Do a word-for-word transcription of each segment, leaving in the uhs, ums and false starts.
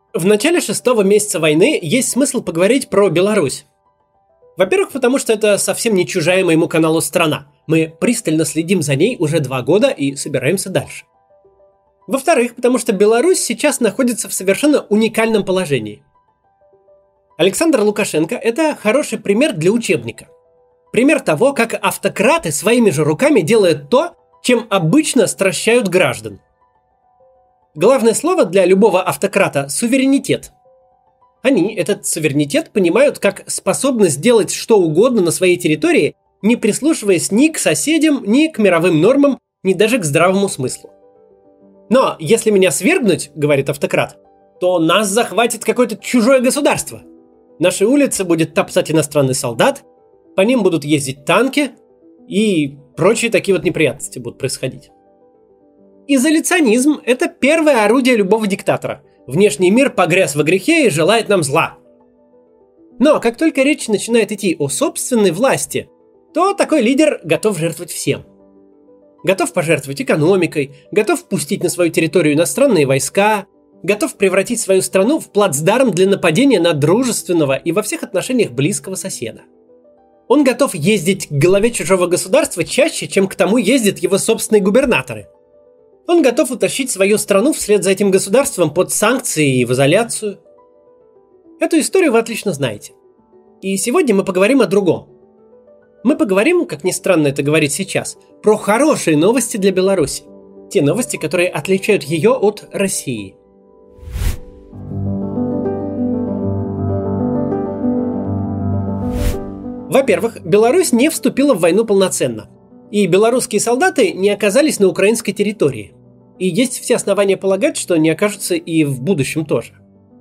В начале шестого месяца войны есть смысл поговорить про Беларусь. Во-первых, потому что это совсем не чужая моему каналу страна. Мы пристально следим за ней уже два года и собираемся дальше. Во-вторых, потому что Беларусь сейчас находится в совершенно уникальном положении. Александр Лукашенко – это хороший пример для учебника. Пример того, как автократы своими же руками делают то, чем обычно стращают граждан. Главное слово для любого автократа – суверенитет. Они этот суверенитет понимают как способность сделать что угодно на своей территории, не прислушиваясь ни к соседям, ни к мировым нормам, ни даже к здравому смыслу. Но если меня свергнуть, говорит автократ, то нас захватит какое-то чужое государство. Наши улицы будет топтать иностранный солдат, по ним будут ездить танки и прочие такие вот неприятности будут происходить. Изоляционизм – это первое орудие любого диктатора. Внешний мир погряз во грехе и желает нам зла. Но как только речь начинает идти о собственной власти, то такой лидер готов жертвовать всем. Готов пожертвовать экономикой, готов пустить на свою территорию иностранные войска, готов превратить свою страну в плацдарм для нападения на дружественного и во всех отношениях близкого соседа. Он готов ездить к главе чужого государства чаще, чем к тому ездят его собственные губернаторы. Он готов утащить свою страну вслед за этим государством под санкции и в изоляцию. Эту историю вы отлично знаете. И сегодня мы поговорим о другом. Мы поговорим, как ни странно это говорить сейчас, про хорошие новости для Беларуси. Те новости, которые отличают ее от России. Во-первых, Беларусь не вступила в войну полноценно. И белорусские солдаты не оказались на украинской территории. И есть все основания полагать, что не окажутся и в будущем тоже.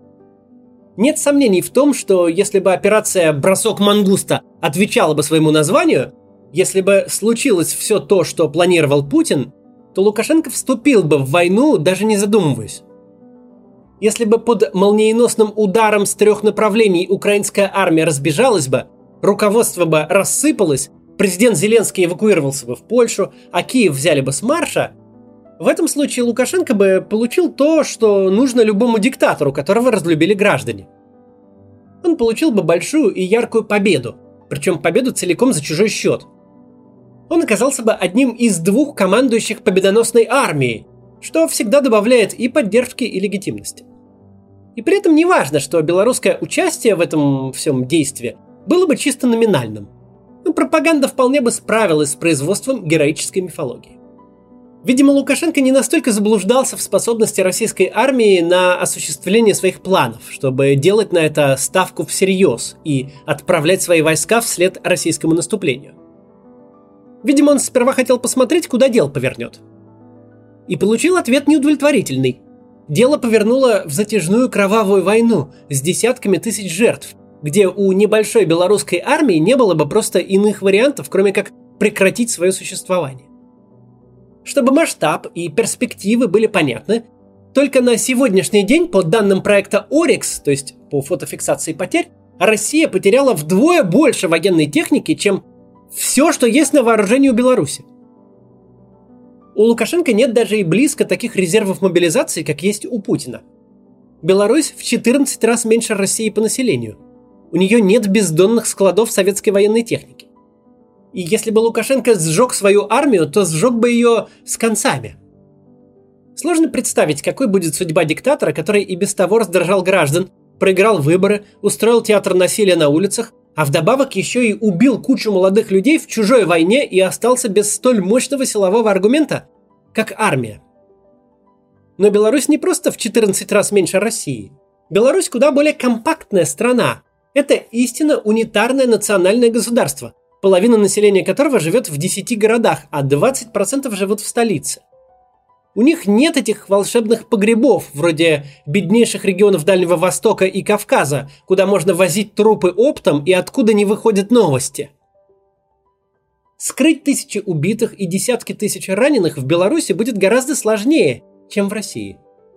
Нет сомнений в том, что если бы операция «Бросок мангуста» отвечала бы своему названию, если бы случилось все то, что планировал Путин, то Лукашенко вступил бы в войну, даже не задумываясь. Если бы под молниеносным ударом с трех направлений украинская армия разбежалась бы, руководство бы рассыпалось, президент Зеленский эвакуировался бы в Польшу, а Киев взяли бы с марша, в этом случае Лукашенко бы получил то, что нужно любому диктатору, которого разлюбили граждане. Он получил бы большую и яркую победу, причем победу целиком за чужой счет. Он оказался бы одним из двух командующих победоносной армией, что всегда добавляет и поддержки, и легитимности. И при этом не важно, что белорусское участие в этом всем действии было бы чисто номинальным. Но пропаганда вполне бы справилась с производством героической мифологии. Видимо, Лукашенко не настолько заблуждался в способности российской армии на осуществление своих планов, чтобы делать на это ставку всерьез и отправлять свои войска вслед российскому наступлению. Видимо, он сперва хотел посмотреть, куда дело повернет. И получил ответ неудовлетворительный. Дело повернуло в затяжную кровавую войну с десятками тысяч жертв, где у небольшой белорусской армии не было бы просто иных вариантов, кроме как прекратить свое существование. Чтобы масштаб и перспективы были понятны, только на сегодняшний день, по данным проекта «Орикс», то есть по фотофиксации потерь, Россия потеряла вдвое больше военной техники, чем все, что есть на вооружении у Беларуси. У Лукашенко нет даже и близко таких резервов мобилизации, как есть у Путина. Беларусь в четырнадцать раз меньше России по населению. У нее нет бездонных складов советской военной техники. И если бы Лукашенко сжег свою армию, то сжег бы ее с концами. Сложно представить, какой будет судьба диктатора, который и без того раздражал граждан, проиграл выборы, устроил театр насилия на улицах, а вдобавок еще и убил кучу молодых людей в чужой войне и остался без столь мощного силового аргумента, как армия. Но Беларусь не просто в четырнадцать раз меньше России. Беларусь куда более компактная страна. Это истинно унитарное национальное государство, половина населения которого живет в десяти городах, а двадцать процентов живут в столице. У них нет этих волшебных погребов, вроде беднейших регионов Дальнего Востока и Кавказа, куда можно возить трупы оптом и откуда не выходят новости. Скрыть тысячи убитых и десятки тысяч раненых в Беларуси будет гораздо сложнее, чем в России.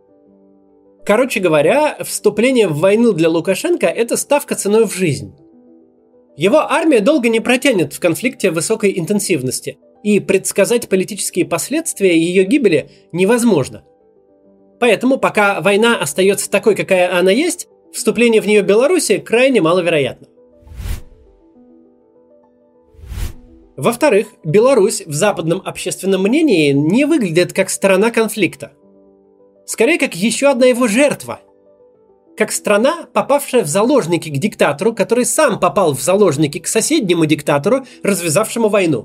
Короче говоря, вступление в войну для Лукашенко – это ставка ценой в жизнь. Его армия долго не протянет в конфликте высокой интенсивности, и предсказать политические последствия ее гибели невозможно. Поэтому, пока война остается такой, какая она есть, вступление в нее Беларуси крайне маловероятно. Во-вторых, Беларусь в западном общественном мнении не выглядит как сторона конфликта. Скорее, как еще одна его жертва. Как страна, попавшая в заложники к диктатору, который сам попал в заложники к соседнему диктатору, развязавшему войну.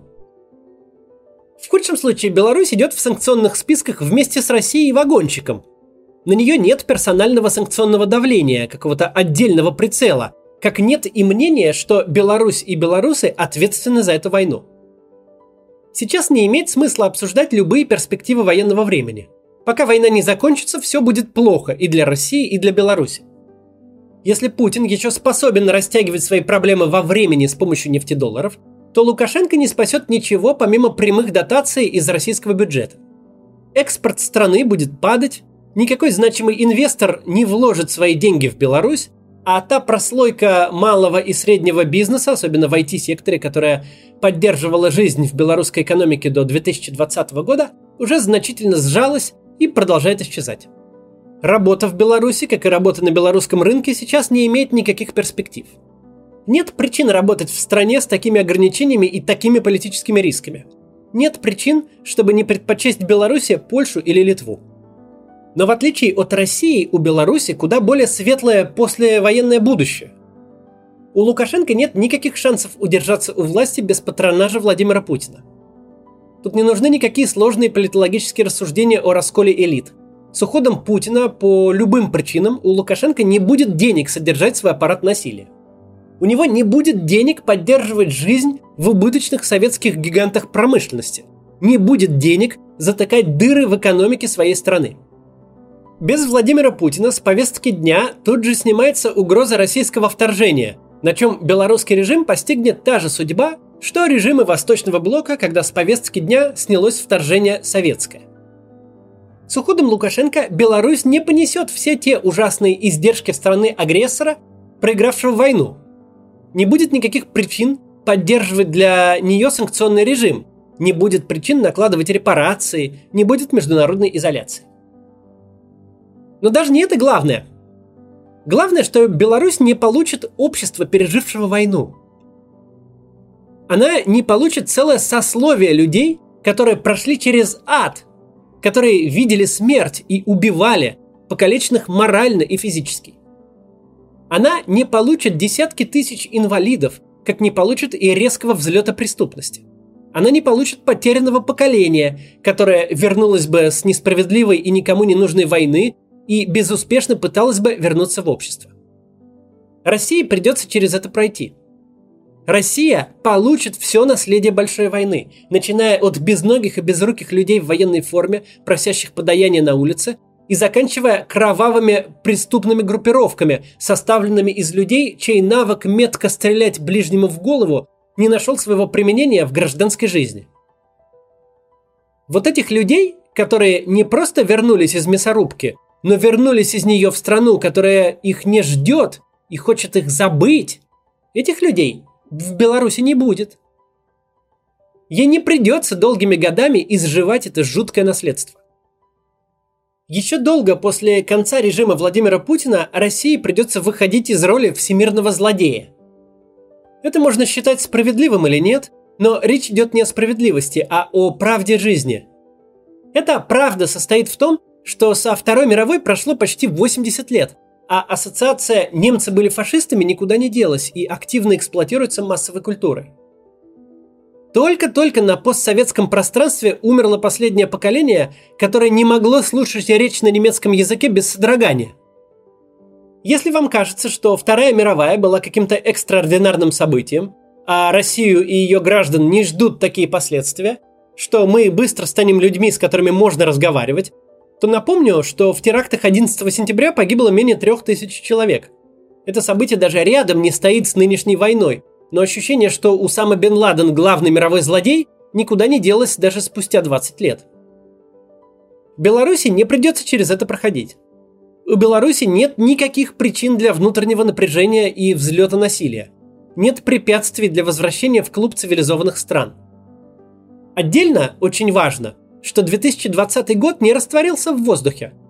В худшем случае Беларусь идет в санкционных списках вместе с Россией вагончиком. На нее нет персонального санкционного давления, какого-то отдельного прицела, как нет и мнения, что Беларусь и белорусы ответственны за эту войну. Сейчас не имеет смысла обсуждать любые перспективы военного времени. Пока война не закончится, все будет плохо и для России, и для Беларуси. Если Путин еще способен растягивать свои проблемы во времени с помощью нефтедолларов, то Лукашенко не спасет ничего помимо прямых дотаций из российского бюджета. Экспорт страны будет падать, никакой значимый инвестор не вложит свои деньги в Беларусь, а та прослойка малого и среднего бизнеса, особенно в ай ти-секторе, которая поддерживала жизнь в белорусской экономике до две тысячи двадцатого года, уже значительно сжалась и продолжает исчезать. Работа в Беларуси, как и работа на белорусском рынке, сейчас не имеет никаких перспектив. Нет причин работать в стране с такими ограничениями и такими политическими рисками. Нет причин, чтобы не предпочесть Беларуси, Польшу или Литву. Но в отличие от России, у Беларуси куда более светлое послевоенное будущее. У Лукашенко нет никаких шансов удержаться у власти без патронажа Владимира Путина. Тут не нужны никакие сложные политологические рассуждения о расколе элит. С уходом Путина по любым причинам у Лукашенко не будет денег содержать свой аппарат насилия. У него не будет денег поддерживать жизнь в убыточных советских гигантах промышленности. Не будет денег затыкать дыры в экономике своей страны. Без Владимира Путина с повестки дня тут же снимается угроза российского вторжения, на чем белорусский режим постигнет та же судьба, что режимы Восточного блока, когда с повестки дня снялось вторжение советское. С уходом Лукашенко Беларусь не понесет все те ужасные издержки страны-агрессора, проигравшего войну. Не будет никаких причин поддерживать для нее санкционный режим, не будет причин накладывать репарации, не будет международной изоляции. Но даже не это главное. Главное, что Беларусь не получит общества, пережившего войну. Она не получит целое сословие людей, которые прошли через ад, которые видели смерть и убивали покалеченных морально и физически. Она не получит десятки тысяч инвалидов, как не получит и резкого взлета преступности. Она не получит потерянного поколения, которое вернулось бы с несправедливой и никому не нужной войны и безуспешно пыталась бы вернуться в общество. России придется через это пройти. Россия получит все наследие большой войны, начиная от безногих и безруких людей в военной форме, просящих подаяние на улице, и заканчивая кровавыми преступными группировками, составленными из людей, чей навык метко стрелять ближнему в голову не нашел своего применения в гражданской жизни. Вот этих людей, которые не просто вернулись из мясорубки, но вернулись из нее в страну, которая их не ждет и хочет их забыть, этих людей в Беларуси не будет. Ей не придется долгими годами изживать это жуткое наследство. Еще долго после конца режима Владимира Путина России придется выходить из роли всемирного злодея. Это можно считать справедливым или нет, но речь идет не о справедливости, а о правде жизни. Эта правда состоит в том, что со Второй мировой прошло почти восемьдесят лет, а ассоциация «немцы были фашистами» никуда не делась и активно эксплуатируется массовой культурой. Только-только на постсоветском пространстве умерло последнее поколение, которое не могло слушать речь на немецком языке без содрогания. Если вам кажется, что Вторая мировая была каким-то экстраординарным событием, а Россию и ее граждан не ждут такие последствия, что мы быстро станем людьми, с которыми можно разговаривать, то напомню, что в терактах одиннадцатого сентября погибло менее трех тысяч человек. Это событие даже рядом не стоит с нынешней войной, но ощущение, что Усама бен Ладен главный мировой злодей, никуда не делось даже спустя двадцать лет. Беларуси не придется через это проходить. У Беларуси нет никаких причин для внутреннего напряжения и взлета насилия. Нет препятствий для возвращения в клуб цивилизованных стран. Отдельно очень важно, что две тысячи двадцатый год не растворился в воздухе.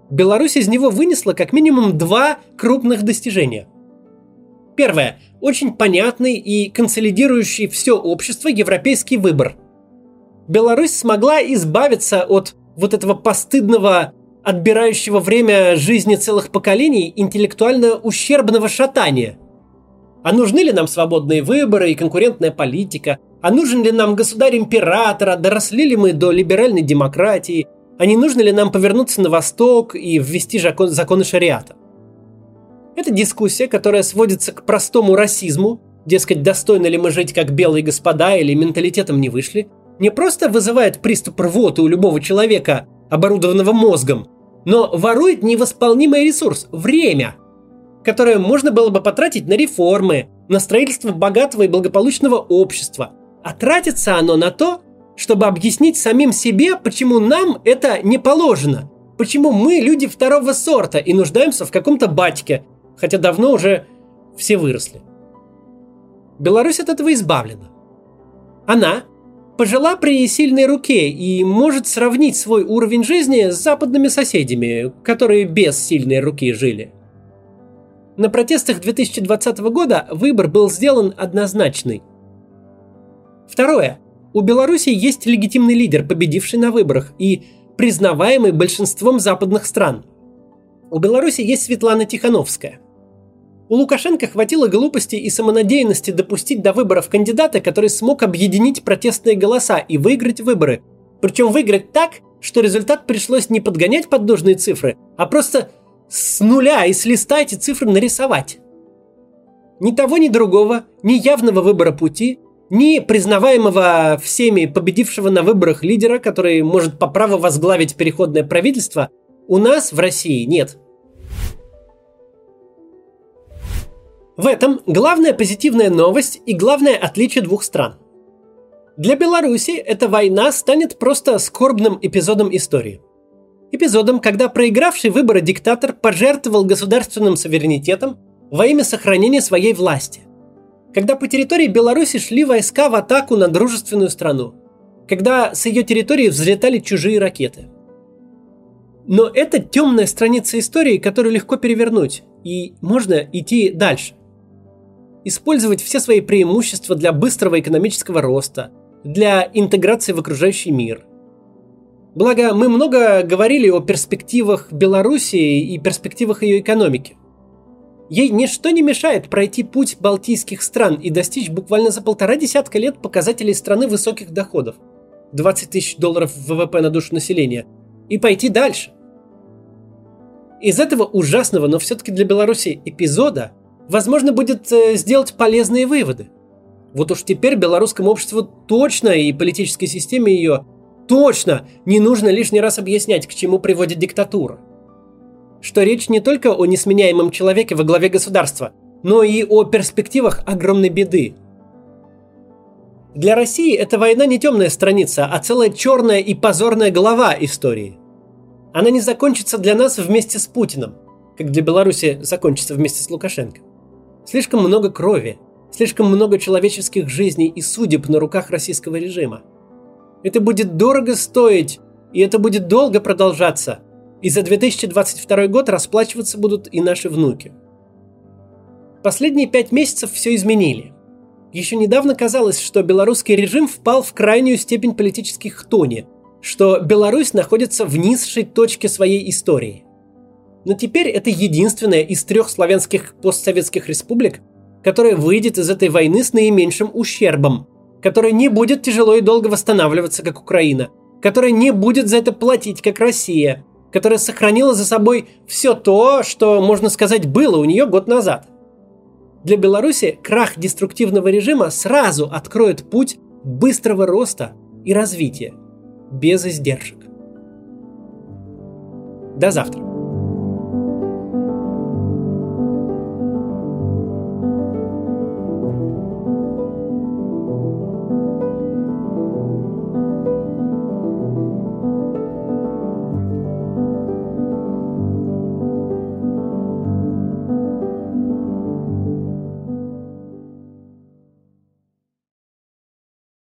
Беларусь из него вынесла как минимум два крупных достижения. Первое. Очень понятный и консолидирующий все общество европейский выбор. Беларусь смогла избавиться от вот этого постыдного, отбирающего время жизни целых поколений интеллектуально ущербного шатания. А нужны ли нам свободные выборы и конкурентная политика? А нужен ли нам государь-император? А доросли ли мы до либеральной демократии? А не нужно ли нам повернуться на восток и ввести закон, законы шариата? Это дискуссия, которая сводится к простому расизму, дескать, достойны ли мы жить как белые господа или менталитетом не вышли, не просто вызывает приступ рвоты у любого человека, оборудованного мозгом, но ворует невосполнимый ресурс – время, которое можно было бы потратить на реформы, на строительство богатого и благополучного общества. А тратится оно на то, чтобы объяснить самим себе, почему нам это не положено, почему мы люди второго сорта и нуждаемся в каком-то батьке, хотя давно уже все выросли. Беларусь от этого избавлена. Она пожила при сильной руке и может сравнить свой уровень жизни с западными соседями, которые без сильной руки жили. На протестах две тысячи двадцатого года выбор был сделан однозначный. Второе. У Беларуси есть легитимный лидер, победивший на выборах и признаваемый большинством западных стран. У Беларуси есть Светлана Тихановская. У Лукашенко хватило глупости и самонадеянности допустить до выборов кандидата, который смог объединить протестные голоса и выиграть выборы. Причем выиграть так, что результат пришлось не подгонять под нужные цифры, а просто с нуля и с листа эти цифры нарисовать. Ни того, ни другого, ни явного выбора пути, ни признаваемого всеми победившего на выборах лидера, который может по праву возглавить переходное правительство, у нас в России нет. В этом главная позитивная новость и главное отличие двух стран. Для Беларуси эта война станет просто скорбным эпизодом истории. Эпизодом, когда проигравший выборы диктатор пожертвовал государственным суверенитетом во имя сохранения своей власти. Когда по территории Беларуси шли войска в атаку на дружественную страну. Когда с ее территории взлетали чужие ракеты. Но это темная страница истории, которую легко перевернуть, и можно идти дальше. Использовать все свои преимущества для быстрого экономического роста, для интеграции в окружающий мир. Благо, мы много говорили о перспективах Беларуси и перспективах ее экономики. Ей ничто не мешает пройти путь балтийских стран и достичь буквально за полтора десятка лет показателей страны высоких доходов – двадцать тысяч долларов вэ вэ пэ на душу населения – и пойти дальше. Из этого ужасного, но все-таки для Беларуси эпизода возможно будет сделать полезные выводы. Вот уж теперь белорусскому обществу точно и политической системе ее точно не нужно лишний раз объяснять, к чему приводит диктатура. Что речь не только о несменяемом человеке во главе государства, но и о перспективах огромной беды. Для России эта война не темная страница, а целая черная и позорная глава истории. Она не закончится для нас вместе с Путиным, как для Беларуси закончится вместе с Лукашенко. Слишком много крови, слишком много человеческих жизней и судеб на руках российского режима. Это будет дорого стоить, и это будет долго продолжаться. И за две тысячи двадцать второй год расплачиваться будут и наши внуки. Последние пять месяцев все изменили. Еще недавно казалось, что белорусский режим впал в крайнюю степень политической хтони, что Беларусь находится в низшей точке своей истории. Но теперь это единственная из трех славянских постсоветских республик, которая выйдет из этой войны с наименьшим ущербом, которая не будет тяжело и долго восстанавливаться, как Украина, которая не будет за это платить, как Россия, которая сохранила за собой все то, что, можно сказать, было у нее год назад. Для Беларуси крах деструктивного режима сразу откроет путь быстрого роста и развития, без издержек. До завтра.